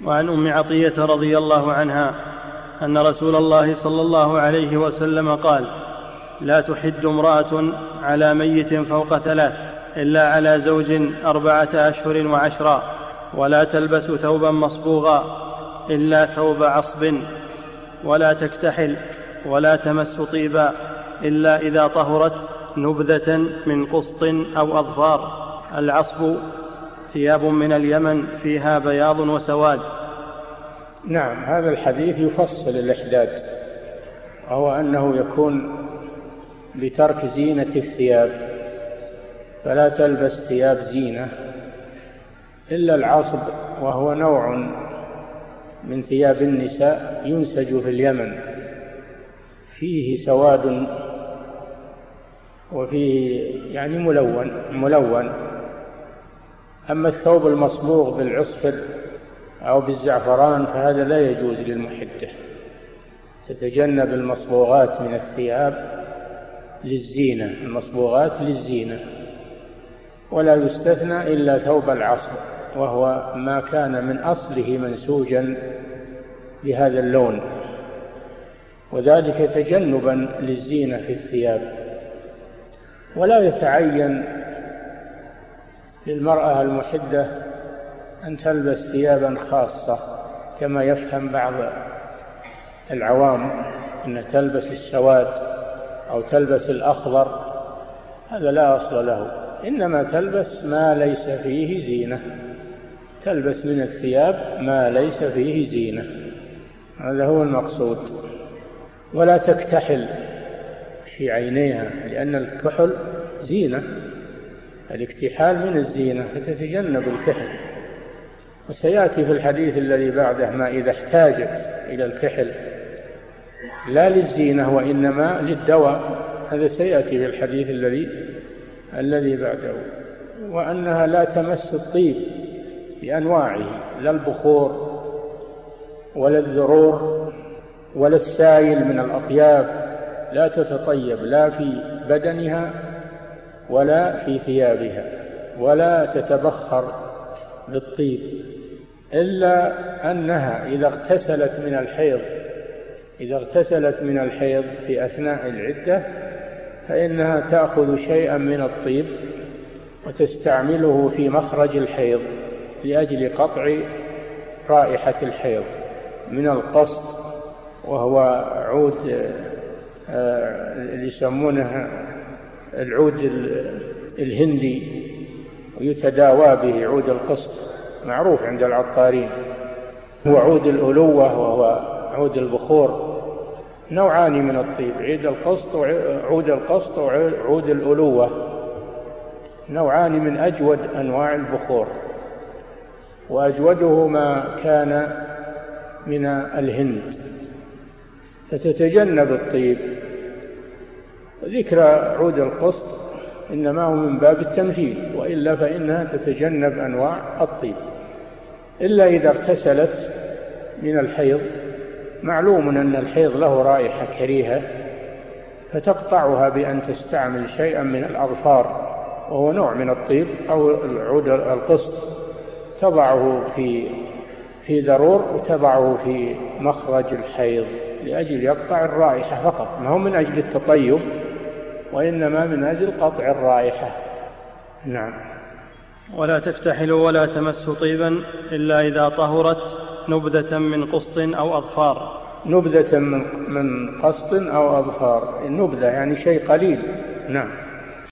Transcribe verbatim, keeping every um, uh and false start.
وعن أم عطية رضي الله عنها أن رسول الله صلى الله عليه وسلم قال: لا تحد امرأة على ميت فوق ثلاث إلا على زوج أربعة أشهر وعشرا، ولا تلبس ثوبا مصبوغا إلا ثوب عصب، ولا تكتحل، ولا تمس طيبا إلا إذا طهرت نبذة من قسط أو أظفار. العصب ثياب من اليمن فيها بياض وسواد. نعم، هذا الحديث يفصل الإحداد، وهو أنه يكون بترك زينة الثياب، فلا تلبس ثياب زينة إلا العصب، وهو نوع من ثياب النساء ينسج في اليمن، فيه سواد وفيه يعني ملون ملون أما الثوب المصبوغ بالعصفر أو بالزعفران فهذا لا يجوز للمحدة، تتجنب المصبوغات من الثياب للزينة، المصبوغات للزينة، ولا يستثنى إلا ثوب العصر، وهو ما كان من أصله منسوجا بهذا اللون، وذلك تجنبا للزينة في الثياب. ولا يتعين للمرأة المحدة أن تلبس ثيابا خاصة كما يفهم بعض العوام أن تلبس السواد أو تلبس الأخضر، هذا لا أصل له، إنما تلبس ما ليس فيه زينة، تلبس من الثياب ما ليس فيه زينة، هذا هو المقصود. ولا تكتحل في عينيها، لأن الكحل زينة، الاكتحال من الزينة، فتتجنب الكحل. وسيأتي في الحديث الذي بعده ما إذا احتاجت إلى الكحل لا للزينة وإنما للدواء، هذا سيأتي في الحديث الذي الذي بعده. وأنها لا تمس الطيب بأنواعه، لا البخور ولا الذرور ولا السائل من الأطياب، لا تتطيب لا في بدنها ولا في ثيابها، ولا تتبخر بالطيب، إلا أنها إذا اغتسلت من الحيض إذا اغتسلت من الحيض في أثناء العدة فإنها تأخذ شيئا من الطيب وتستعمله في مخرج الحيض لأجل قطع رائحة الحيض من القسط، وهو عود اللي يسمونه العود الهندي ويتداوى به، عود القسط معروف عند العطارين، هو عود الألوة وهو عود البخور، نوعان من الطيب، عود القسط وعود القسط وعود الألوة، نوعان من أجود أنواع البخور، وأجوده ما كان من الهند، فتتجنب الطيب. ذكر عود القسط إنما هو من باب التمثيل، وإلا فإنها تتجنب أنواع الطيب إلا إذا اغتسلت من الحيض. معلوم أن الحيض له رائحة كريهة، فتقطعها بأن تستعمل شيئا من الأظفار وهو نوع من الطيب، أو العود القسط تضعه في في ضرور وتضعه في مخرج الحيض لأجل يقطع الرائحة فقط، ما هو من أجل التطيب وإنما من أجل قطع الرائحة. نعم. ولا تكتحل ولا تمس طيبا إلا إذا طهرت نبذة من قسط أو أظفار. نبذة من من قسط أو أظفار، النبذة يعني شيء قليل. نعم.